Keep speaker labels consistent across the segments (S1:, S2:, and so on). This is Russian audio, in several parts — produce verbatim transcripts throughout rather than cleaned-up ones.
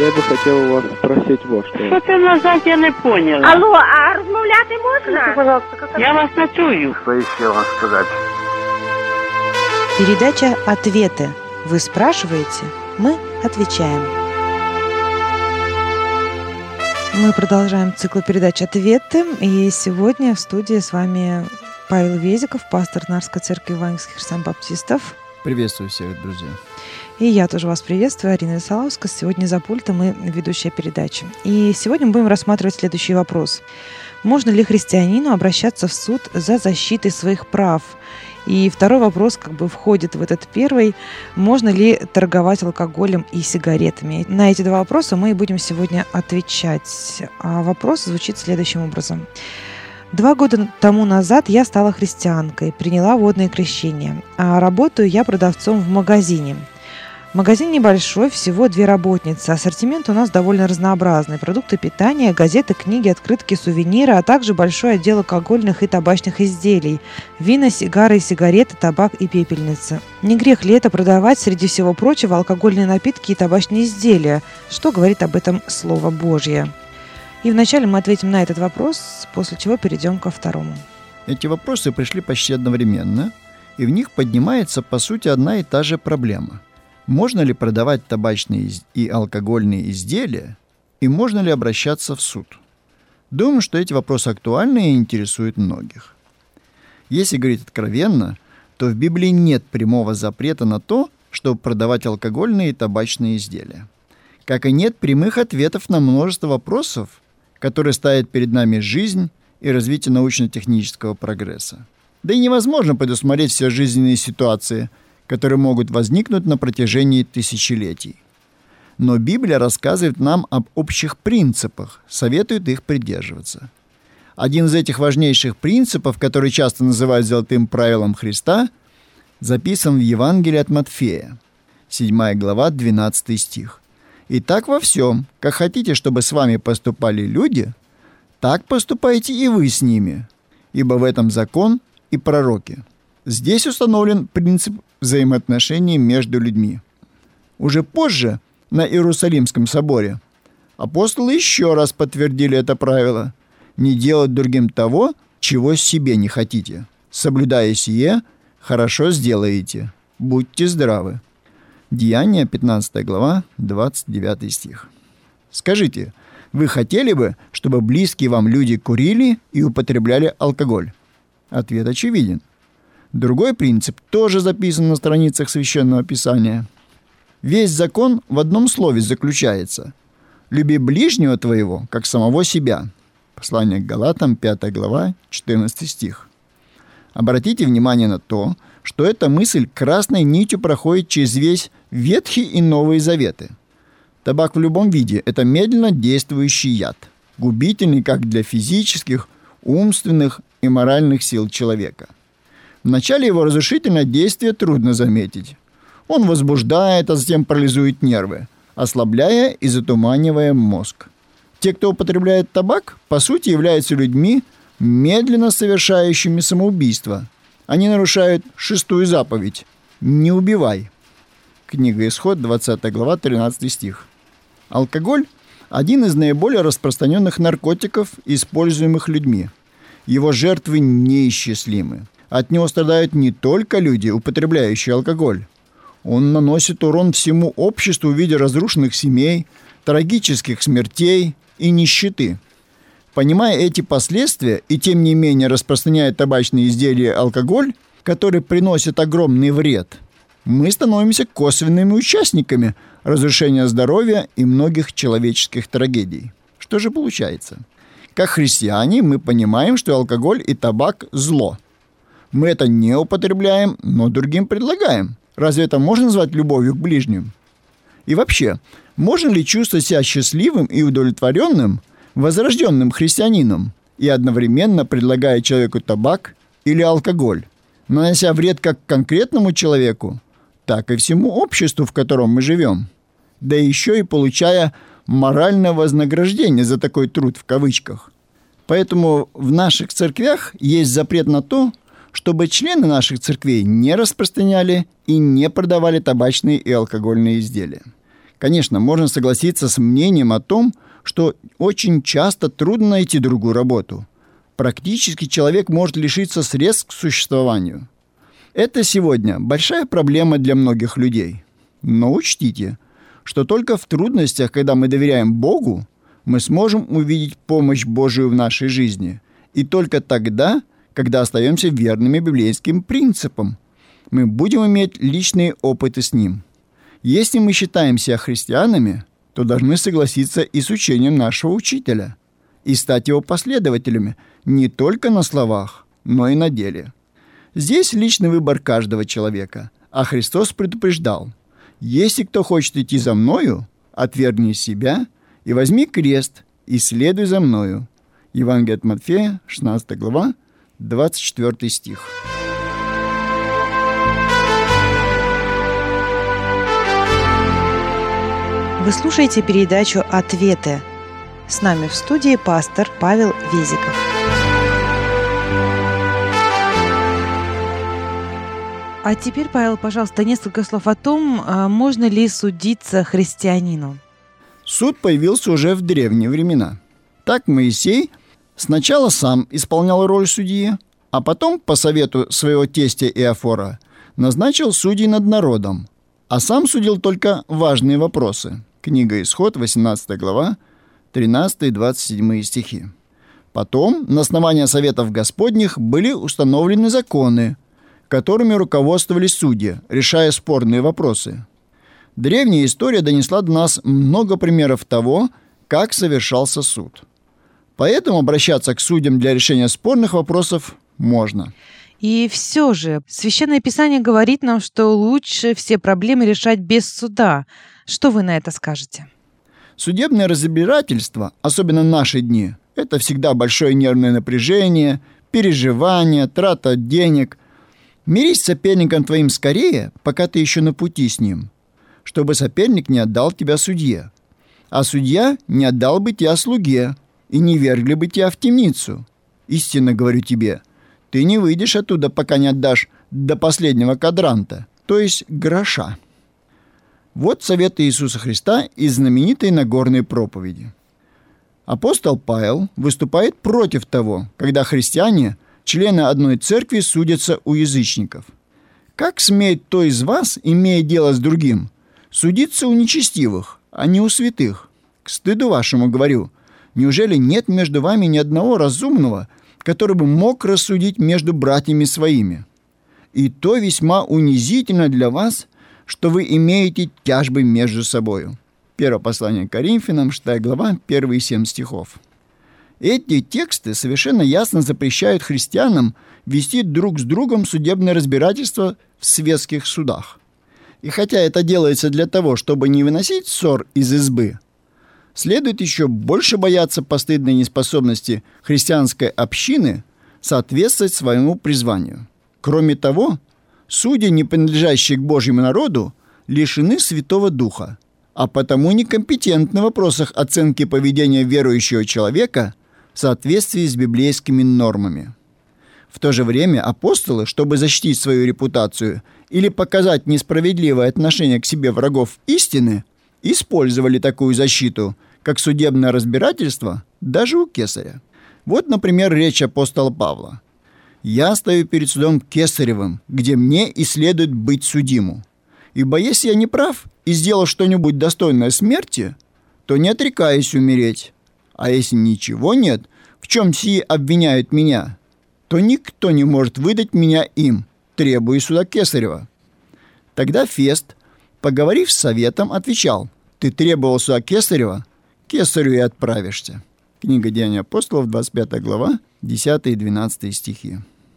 S1: Я бы хотел у вас спросить вот что.
S2: Що ти назад, я не поняла.
S3: Алло, а розмовляти можна? Скажите, пожалуйста, как...
S2: Я вас не чую.
S4: Что еще вам сказать?
S5: Передача «Ответы». Вы спрашиваете, мы отвечаем. Мы продолжаем цикл передач «Ответы». И сегодня в студии с вами Павел Везиков, пастор Нарской церкви евангельских христиан-баптистов.
S6: Приветствую всех, друзья.
S5: И я тоже вас приветствую, Арина Исаловская. Сегодня за пультом и ведущая передачи. И сегодня мы будем рассматривать следующий вопрос. Можно ли христианину обращаться в суд за защитой своих прав? И второй вопрос как бы входит в этот первый. Можно ли торговать алкоголем и сигаретами? На эти два вопроса мы и будем сегодня отвечать. А вопрос звучит следующим образом. Два года тому назад я стала христианкой, приняла водное крещение. А работаю я продавцом в магазине. Магазин небольшой, всего две работницы. Ассортимент у нас довольно разнообразный. Продукты питания, газеты, книги, открытки, сувениры, а также большой отдел алкогольных и табачных изделий. Вина, сигары и сигареты, табак и пепельницы. Не грех ли это продавать, среди всего прочего, алкогольные напитки и табачные изделия? Что говорит об этом Слово Божье? И вначале мы ответим на этот вопрос, после чего перейдем ко второму.
S6: Эти вопросы пришли почти одновременно, и в них поднимается, по сути, одна и та же проблема. Можно ли продавать табачные и алкогольные изделия, и можно ли обращаться в суд? Думаю, что эти вопросы актуальны и интересуют многих. Если говорить откровенно, то в Библии нет прямого запрета на то, чтобы продавать алкогольные и табачные изделия. Как и нет прямых ответов на множество вопросов, которые ставят перед нами жизнь и развитие научно-технического прогресса. Да и невозможно предусмотреть все жизненные ситуации, которые могут возникнуть на протяжении тысячелетий. Но Библия рассказывает нам об общих принципах, советует их придерживаться. Один из этих важнейших принципов, который часто называют золотым правилом Христа, записан в Евангелии от Матфея, седьмая глава, двенадцатый стих. «Итак, во всем, как хотите, чтобы с вами поступали люди, так поступайте и вы с ними, ибо в этом закон и пророки». Здесь установлен принцип взаимоотношений между людьми. Уже позже, на Иерусалимском соборе, апостолы еще раз подтвердили это правило – не делать другим того, чего себе не хотите. Соблюдая сие, хорошо сделаете. Будьте здравы. Деяния, пятнадцатая глава, двадцать девятый стих. Скажите, вы хотели бы, чтобы близкие вам люди курили и употребляли алкоголь? Ответ очевиден. Другой принцип тоже записан на страницах Священного Писания. Весь закон в одном слове заключается: «Люби ближнего твоего, как самого себя». Послание к Галатам, пятая глава, четырнадцатый стих. Обратите внимание на то, что эта мысль красной нитью проходит через весь Ветхий и Новые Заветы. Табак в любом виде – это медленно действующий яд, губительный как для физических, умственных и моральных сил человека. В начале его разрушительное действие трудно заметить. Он возбуждает, а затем парализует нервы, ослабляя и затуманивая мозг. Те, кто употребляет табак, по сути являются людьми, медленно совершающими самоубийство. Они нарушают шестую заповедь «Не убивай». Книга Исход, двадцатая глава, тринадцатый стих. Алкоголь – один из наиболее распространенных наркотиков, используемых людьми. Его жертвы неисчислимы. От него страдают не только люди, употребляющие алкоголь. Он наносит урон всему обществу в виде разрушенных семей, трагических смертей и нищеты. Понимая эти последствия и тем не менее распространяя табачные изделия и алкоголь, которые приносят огромный вред, мы становимся косвенными участниками разрушения здоровья и многих человеческих трагедий. Что же получается? Как христиане мы понимаем, что алкоголь и табак – зло. Мы это не употребляем, но другим предлагаем. Разве это можно назвать любовью к ближним? И вообще, можно ли чувствовать себя счастливым и удовлетворенным, возрожденным христианином и одновременно предлагая человеку табак или алкоголь, нанося вред как конкретному человеку, так и всему обществу, в котором мы живем, да еще и получая моральное вознаграждение за такой труд в кавычках? Поэтому в наших церквях есть запрет на то, чтобы члены наших церквей не распространяли и не продавали табачные и алкогольные изделия. Конечно, можно согласиться с мнением о том, что очень часто трудно найти другую работу. Практически человек может лишиться средств к существованию. Это сегодня большая проблема для многих людей. Но учтите, что только в трудностях, когда мы доверяем Богу, мы сможем увидеть помощь Божию в нашей жизни. И только тогда, когда остаемся верными библейским принципам, мы будем иметь личные опыты с Ним. Если мы считаем себя христианами, то должны согласиться и с учением нашего учителя и стать его последователями не только на словах, но и на деле. Здесь личный выбор каждого человека, а Христос предупреждал: «Если кто хочет идти за Мною, отвергни себя и возьми крест, и следуй за Мною». Евангелие от Матфея, шестнадцатая глава, двадцать четвёртый стих.
S5: Вы слушаете передачу «Ответы». С нами в студии пастор Павел Везиков. А теперь, Павел, пожалуйста, несколько слов о том, можно ли судиться христианину.
S6: Суд появился уже в древние времена. Так Моисей сначала сам исполнял роль судьи, а потом, по совету своего тестя Иофора, назначил судей над народом, а сам судил только важные вопросы. Книга Исход, восемнадцатая глава, тринадцатый и двадцать седьмые стихи. Потом, на основании советов Господних, были установлены законы, которыми руководствовались судьи, решая спорные вопросы. Древняя история донесла до нас много примеров того, как совершался суд. Поэтому обращаться к судьям для решения спорных вопросов можно.
S5: И все же, Священное Писание говорит нам, что лучше все проблемы решать без суда. Что вы на это скажете?
S6: Судебное разбирательство, особенно в наши дни, это всегда большое нервное напряжение, переживание, трата денег. Мирись с соперником твоим скорее, пока ты еще на пути с ним, чтобы соперник не отдал тебя судье, а судья не отдал бы тебя слуге и не вергли бы тебя в темницу. Истинно говорю тебе, ты не выйдешь оттуда, пока не отдашь до последнего квадранта, то есть гроша. Вот советы Иисуса Христа из знаменитой Нагорной проповеди. Апостол Павел выступает против того, когда христиане, члены одной церкви, судятся у язычников. Как смеет кто из вас, имея дело с другим, судиться у нечестивых, а не у святых? К стыду вашему говорю, неужели нет между вами ни одного разумного, который бы мог рассудить между братьями своими? И то весьма унизительно для вас, что вы имеете тяжбы между собою. Первое послание к Коринфянам, шестая глава, первые семь стихов. Эти тексты совершенно ясно запрещают христианам вести друг с другом судебное разбирательство в светских судах. И хотя это делается для того, чтобы не выносить ссор из избы, следует еще больше бояться постыдной неспособности христианской общины соответствовать своему призванию. Кроме того, судьи, не принадлежащие к Божьему народу, лишены Святого Духа, а потому некомпетентны в вопросах оценки поведения верующего человека в соответствии с библейскими нормами. В то же время апостолы, чтобы защитить свою репутацию или показать несправедливое отношение к себе врагов истины, использовали такую защиту, как судебное разбирательство, даже у кесаря. Вот, например, речь апостола Павла. «Я стою перед судом Кесаревым, где мне и следует быть судиму. Ибо если я не прав и сделал что-нибудь достойное смерти, то не отрекаюсь умереть. А если ничего нет, в чем сии обвиняют меня, то никто не может выдать меня им, требуя суда Кесарева». Тогда Фест, поговорив с советом, отвечал: «Ты требовал суда Кесарева, Кесарю и отправишься». Книга Деяний апостолов, двадцать пятая глава, десятый и двенадцатый стихи.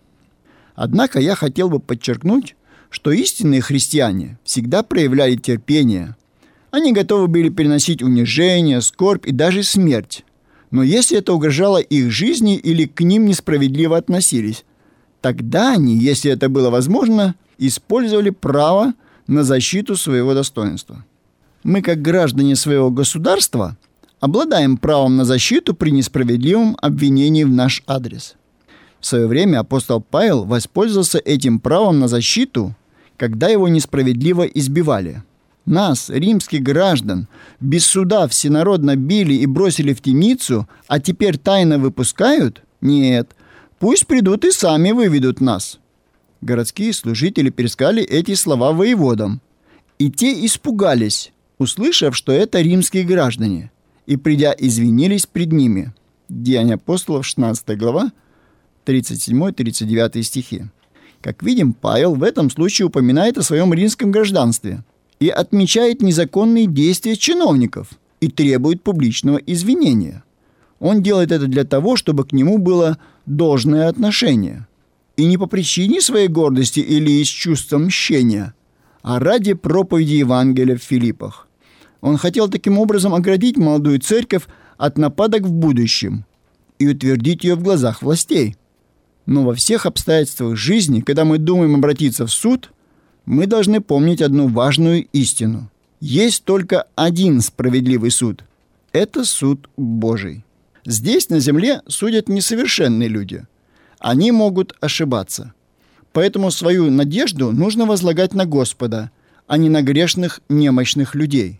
S6: Однако я хотел бы подчеркнуть, что истинные христиане всегда проявляли терпение. Они готовы были переносить унижение, скорбь и даже смерть. Но если это угрожало их жизни или к ним несправедливо относились, тогда они, если это было возможно, использовали право на защиту своего достоинства. Мы, как граждане своего государства, обладаем правом на защиту при несправедливом обвинении в наш адрес. В свое время апостол Павел воспользовался этим правом на защиту, когда его несправедливо избивали. Нас, римских граждан, без суда всенародно били и бросили в темницу, а теперь тайно выпускают? Нет, пусть придут и сами выведут нас». Городские служители пересказали эти слова воеводам. И те испугались, услышав, что это римские граждане, и, придя, извинились пред ними. Деяния апостолов, шестнадцатая глава, тридцать седьмой тридцать девятый стихи. Как видим, Павел в этом случае упоминает о своем римском гражданстве и отмечает незаконные действия чиновников и требует публичного извинения. Он делает это для того, чтобы к нему было должное отношение. И не по причине своей гордости или из чувства мщения, а ради проповеди Евангелия в Филиппах. Он хотел таким образом оградить молодую церковь от нападок в будущем и утвердить ее в глазах властей. Но во всех обстоятельствах жизни, когда мы думаем обратиться в суд, мы должны помнить одну важную истину. Есть только один справедливый суд. Это суд Божий. Здесь, на земле, судят несовершенные люди. Они могут ошибаться. Поэтому свою надежду нужно возлагать на Господа, а не на грешных, немощных людей.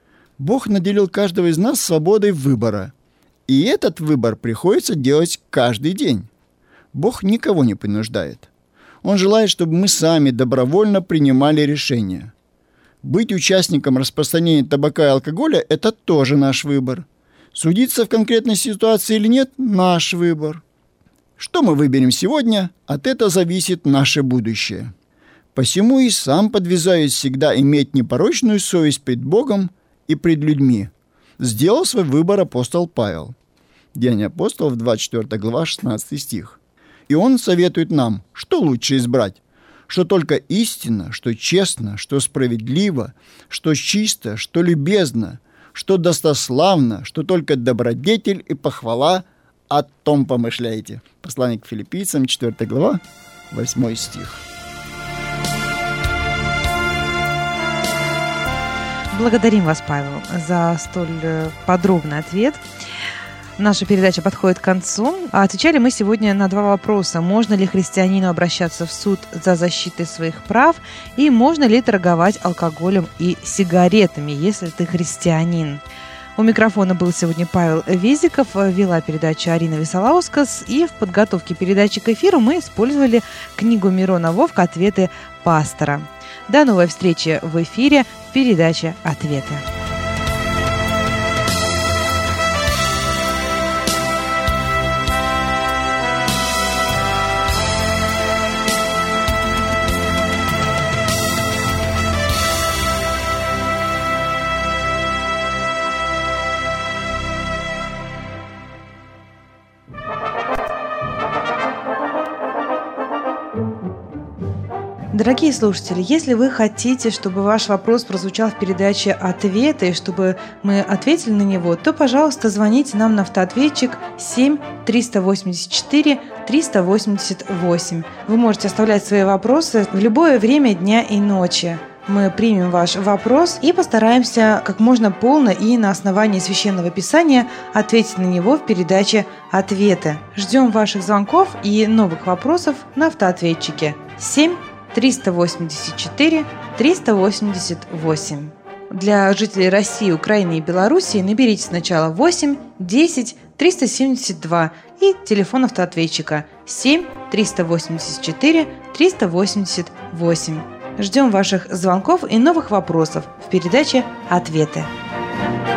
S6: Бог наделил каждого из нас свободой выбора. И этот выбор приходится делать каждый день. Бог никого не принуждает. Он желает, чтобы мы сами добровольно принимали решения. Быть участником распространения табака и алкоголя – это тоже наш выбор. Судиться в конкретной ситуации или нет – наш выбор. Что мы выберем сегодня, от этого зависит наше будущее. Посему и сам подвязаюсь всегда иметь непорочную совесть пред Богом и пред людьми. Сделал свой выбор апостол Павел. Деяния апостолов, двадцать четвёртая глава, шестнадцатый стих. И он советует нам, что лучше избрать, что только истинно, что честно, что справедливо, что чисто, что любезно, что достославно, что только добродетель и похвала, о том помышляйте. Послание к Филиппийцам, четвёртая глава, восьмой стих.
S5: Благодарим вас, Павел, за столь подробный ответ. Наша передача подходит к концу. Отвечали мы сегодня на два вопроса. Можно ли христианину обращаться в суд за защитой своих прав? И можно ли торговать алкоголем и сигаретами, если ты христианин? У микрофона был сегодня Павел Визиков, вела передачу Арина Висолаускас, и в подготовке передачи к эфиру мы использовали книгу Мирона Вовк «Ответы пастора». До новой встречи в эфире в передаче «Ответы». Дорогие слушатели, если вы хотите, чтобы ваш вопрос прозвучал в передаче «Ответы», и чтобы мы ответили на него, то, пожалуйста, звоните нам на автоответчик семь триста восемьдесят четыре триста восемьдесят восемь. Вы можете оставлять свои вопросы в любое время дня и ночи. Мы примем ваш вопрос и постараемся как можно полно и на основании Священного Писания ответить на него в передаче «Ответы». Ждем ваших звонков и новых вопросов на автоответчике семь триста восемьдесят четыре триста восемьдесят восемь. Для жителей России, Украины и Белоруссии наберите сначала восемь десять триста семьдесят два и телефон автоответчика семь триста восемьдесят четыре триста восемьдесят восемь. Ждем ваших звонков и новых вопросов в передаче «Ответы».